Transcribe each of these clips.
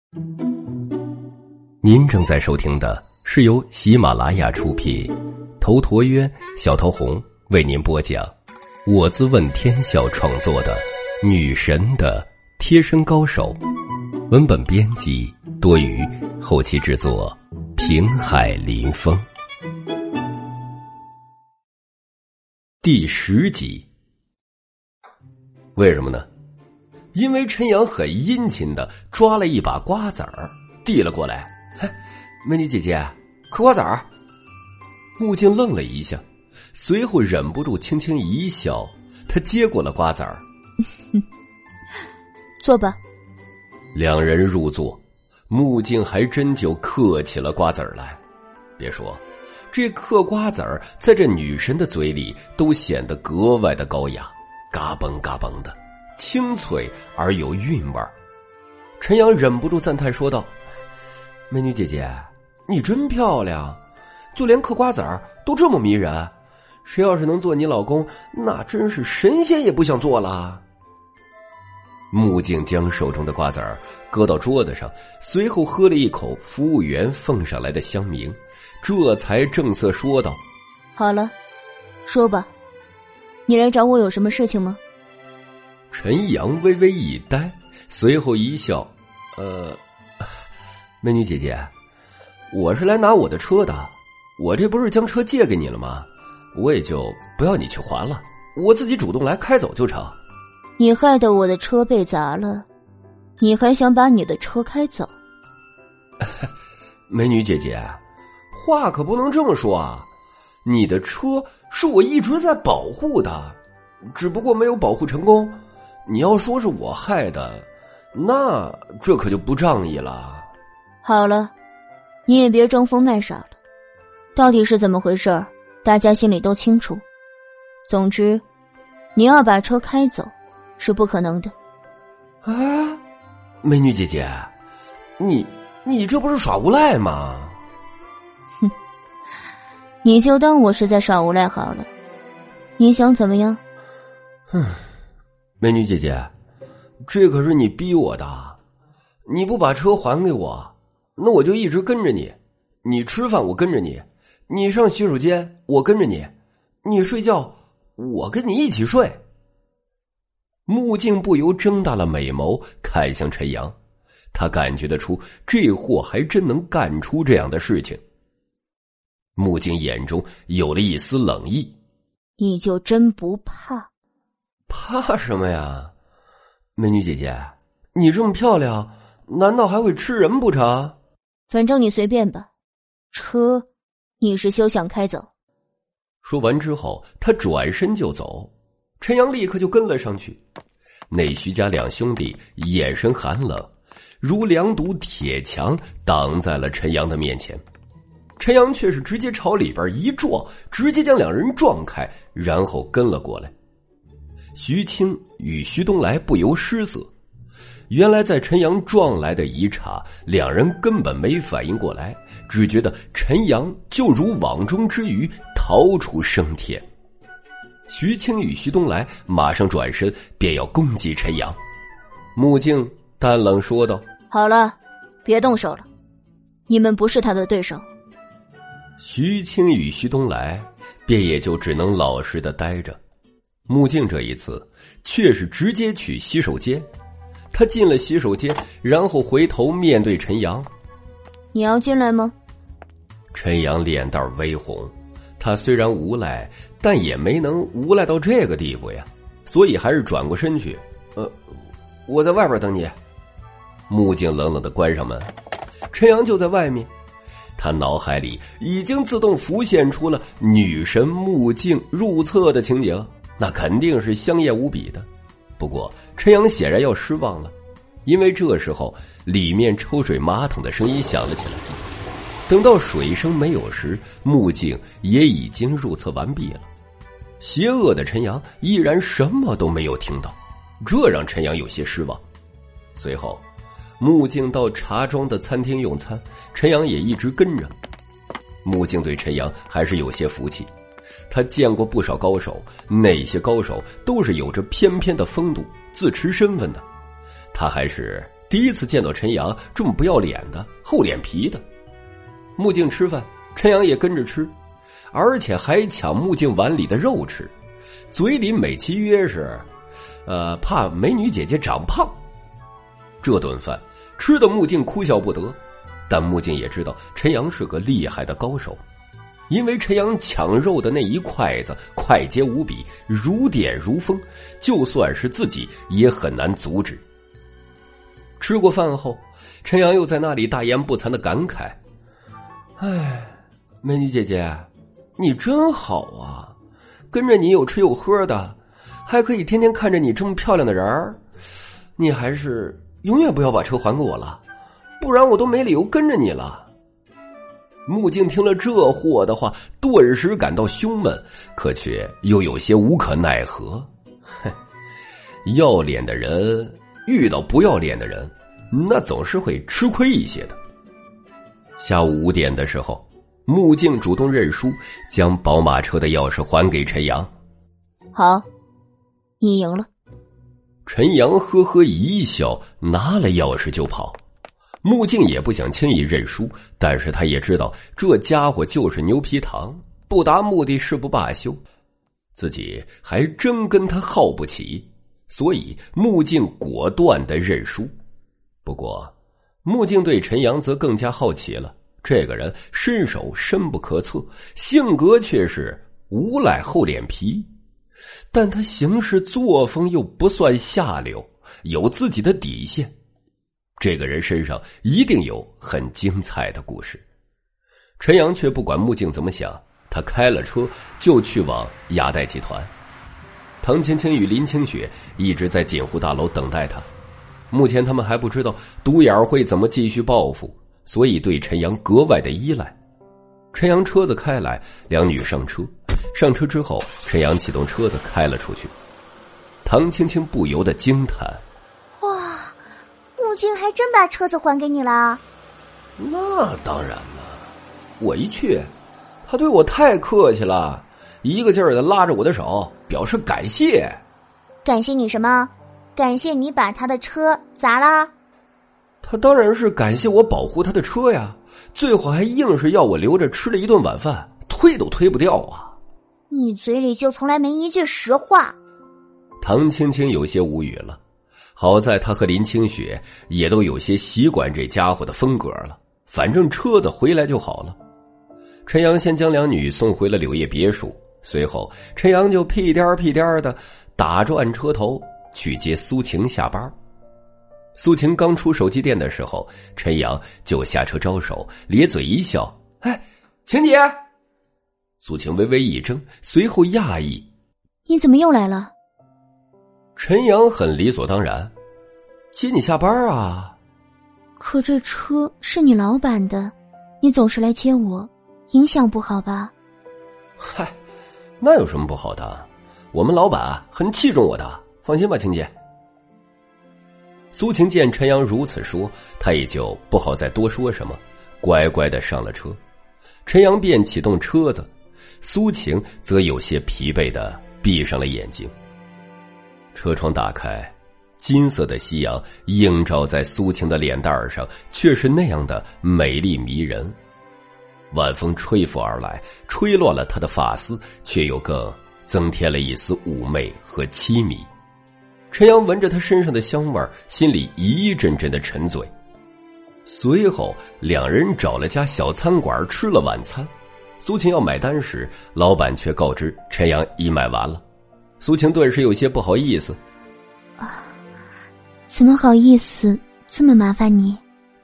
您正在收听的是由喜马拉雅出品，头陀渊、小桃红为您播讲，我自问天笑创作的女神的贴身高手，文本编辑多余，后期制作平海林风。第10集。为什么呢？因为陈阳很殷勤地抓了一把瓜子儿递了过来。美女姐姐，嗑瓜子儿。木镜愣了一下，随后忍不住轻轻一笑，他接过了瓜子儿。 坐吧。 两人入座，木镜还真就嗑起了瓜子儿来。别说，这嗑瓜子儿在这女神的嘴里都显得格外的高雅，嘎嘣嘎嘣的，清脆而有韵味儿。陈阳忍不住赞叹说道：美女姐姐，你真漂亮，就连嗑瓜子儿都这么迷人，谁要是能做你老公，那真是神仙也不想做了。木镜将手中的瓜子儿搁到桌子上，随后喝了一口服务员奉上来的香茗，这才正色说道： 好了，说吧，你来找我有什么事情吗？ 陈阳微微一呆，随后一笑：美女姐姐，我是来拿我的车的，我这不是将车借给你了吗？我也就不要你去还了，我自己主动来开走就成。 你害得我的车被砸了，你还想把你的车开走？ 美女姐姐，话可不能这么说啊，你的车是我一直在保护的，只不过没有保护成功，你要说是我害的，那这可就不仗义了。 好了，你也别装疯卖傻了，到底是怎么回事，大家心里都清楚。总之，你要把车开走是不可能的。 啊，美女姐姐，你这不是耍无赖吗？ 哼，你就当我是在耍无赖好了，你想怎么样？ 美女姐姐，这可是你逼我的，你不把车还给我，那我就一直跟着你，你吃饭我跟着你，你上洗手间我跟着你，你睡觉我跟你一起睡。木镜不由睁大了美眸看向陈阳，他感觉得出这货还真能干出这样的事情。木镜眼中有了一丝冷意。 你就真不怕？ 怕什么呀？美女姐姐，你这么漂亮，难道还会吃人不成？ 反正你随便吧，车你是休想开走。 说完之后，他转身就走，陈阳立刻就跟了上去。那徐家两兄弟眼神寒冷，如两堵铁墙挡在了陈阳的面前。陈阳却是直接朝里边一撞，直接将两人撞开，然后跟了过来。徐青与徐东来不由失色，原来在陈阳撞来的一刹，两人根本没反应过来，只觉得陈阳就如网中之鱼，逃出升天。徐青与徐东来马上转身便要攻击陈阳。木镜淡冷说道： 好了，别动手了，你们不是他的对手。 徐青与徐东来便也就只能老实的待着。木镜这一次却是直接去洗手间，他进了洗手间，然后回头面对陈阳： 你要进来吗？ 陈阳脸蛋微红，他虽然无赖，但也没能无赖到这个地步呀，所以还是转过身去：我在外边等你。木镜冷冷地关上门，陈阳就在外面。他脑海里已经自动浮现出了女神木镜入厕的情景，那肯定是香艳无比的。不过陈阳显然要失望了，因为这时候里面抽水马桶的声音响了起来。等到水声没有时，木镜也已经入厕完毕了。邪恶的陈阳依然什么都没有听到，这让陈阳有些失望。随后木镜到茶庄的餐厅用餐，陈阳也一直跟着。木镜对陈阳还是有些服气，他见过不少高手，那些高手都是有着翩翩的风度，自持身份的。他还是第一次见到陈阳这么不要脸的、厚脸皮的。木镜吃饭，陈阳也跟着吃，而且还抢木镜碗里的肉吃，嘴里美其曰是怕美女姐姐长胖。这顿饭吃的木镜哭笑不得，但木镜也知道陈阳是个厉害的高手，因为陈阳抢肉的那一筷子快捷无比，如电如风，就算是自己也很难阻止。吃过饭后，陈阳又在那里大言不惭的感慨：哎，美女姐姐，你真好啊，跟着你有吃有喝的，还可以天天看着你这么漂亮的人儿，你还是永远不要把车还给我了，不然我都没理由跟着你了。木镜听了这货的话，顿时感到胸闷，可却又有些无可奈何。要脸的人遇到不要脸的人，那总是会吃亏一些的。下午5点的时候，木镜主动认输，将宝马车的钥匙还给陈阳。 好，你赢了。 陈阳呵呵一笑，拿了钥匙就跑。木镜也不想轻易认输，但是他也知道这家伙就是牛皮糖，不达目的誓不罢休，自己还真跟他耗不起，所以木镜果断地认输。不过木镜对陈阳则更加好奇了，这个人身手深不可测，性格却是无赖厚脸皮，但他行事作风又不算下流，有自己的底线。这个人身上一定有很精彩的故事。陈阳却不管木镜怎么想，他开了车就去往亚代集团。唐青青与林清雪一直在锦湖大楼等待他，目前他们还不知道独眼会怎么继续报复，所以对陈阳格外的依赖。陈阳车子开来，两女上车。上车之后，陈阳启动车子开了出去。唐青青不由得惊叹： 哇，木镜还真把车子还给你了？ 那当然了，我一去，他对我太客气了，一个劲儿的拉着我的手表示感谢。 感谢你什么？感谢你把他的车砸了？ 他当然是感谢我保护他的车呀，最后还硬是要我留着吃了一顿晚饭，推都推不掉啊。 你嘴里就从来没一句实话。 唐青青有些无语了，好在他和林清雪也都有些习惯这家伙的风格了，反正车子回来就好了。陈阳先将两女送回了柳叶别墅，随后陈阳就屁颠屁颠的打转车头去接苏晴下班。苏晴刚出手机店的时候，陈阳就下车招手，咧嘴一笑：哎，晴姐。苏晴微微一怔，随后讶异： 你怎么又来了？ 陈阳很理所当然：接你下班啊。 可这车是你老板的，你总是来接我，影响不好吧？ 嗨，那有什么不好的？我们老板很器重我的，放心吧，晴姐。苏晴见陈阳如此说，他也就不好再多说什么，乖乖的上了车。陈阳便启动车子，苏晴则有些疲惫的闭上了眼睛。车窗打开，金色的夕阳映照在苏晴的脸蛋上，却是那样的美丽迷人。晚风吹拂而来，吹乱了她的发丝，却又更增添了一丝妩媚和凄迷。陈阳闻着她身上的香味，心里一阵阵的沉醉。随后两人找了家小餐馆吃了晚餐。苏晴要买单时，老板却告知陈阳已买完了。苏晴顿时有些不好意思： 啊，怎么好意思，这么麻烦你？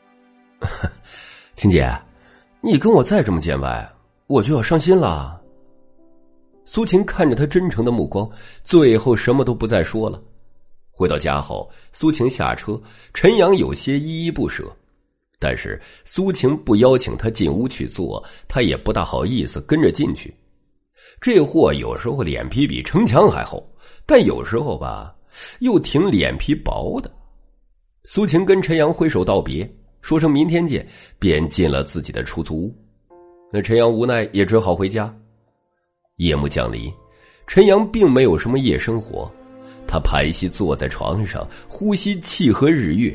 晴姐，你跟我再这么见外，我就要伤心了。苏晴看着他真诚的目光，最后什么都不再说了。回到家后，苏晴下车，陈阳有些依依不舍，但是苏晴不邀请他进屋去坐，他也不大好意思跟着进去。这货有时候脸皮比城墙还厚，但有时候吧，又挺脸皮薄的。苏晴跟陈阳挥手道别，说声明天见，便进了自己的出租屋。那陈阳无奈也只好回家。夜幕降临，陈阳并没有什么夜生活，他盘膝坐在床上，呼吸契合日月，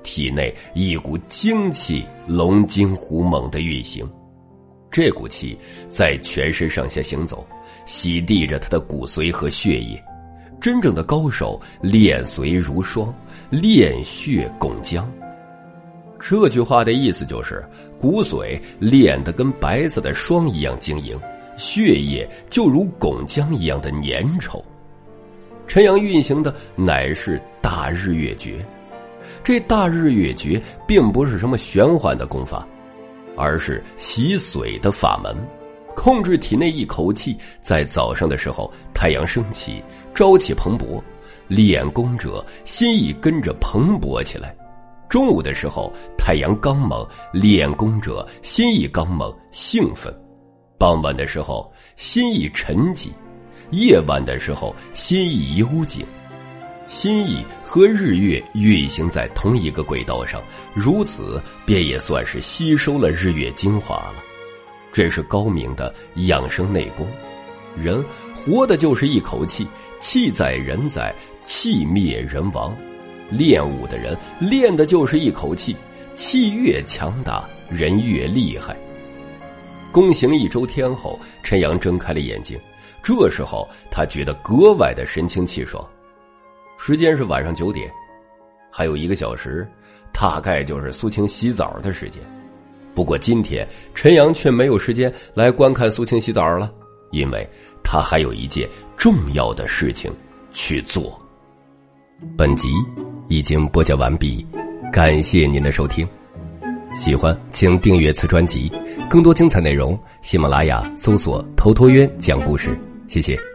体内一股精气龙精虎猛的运行，这股气在全身上下行走，洗涤着他的骨髓和血液。真正的高手练髓如霜，练血拱浆。这句话的意思就是骨髓练得跟白色的霜一样晶莹，血液就如拱浆一样的粘稠。陈阳运行的乃是大日月诀，这大日月诀并不是什么玄幻的功法，而是洗髓的法门，控制体内一口气，在早上的时候太阳升起，朝气蓬勃，练功者心意跟着蓬勃起来。中午的时候太阳刚猛，练功者心意刚猛兴奋。傍晚的时候心意沉寂，夜晚的时候心意幽静。心意和日月运行在同一个轨道上，如此便也算是吸收了日月精华了。这是高明的养生内功。人活的就是一口气，气在人在，气灭人亡。练武的人练的就是一口气，气越强大，人越厉害。功行1周天后，陈阳睁开了眼睛，这时候他觉得格外的神清气爽。时间是晚上9点，还有1个小时，大概就是苏青洗澡的时间。不过今天陈阳却没有时间来观看苏青洗澡了，因为他还有一件重要的事情去做。本集已经播讲完毕，感谢您的收听。喜欢请订阅此专辑，更多精彩内容喜马拉雅搜索头陀渊讲故事，谢谢。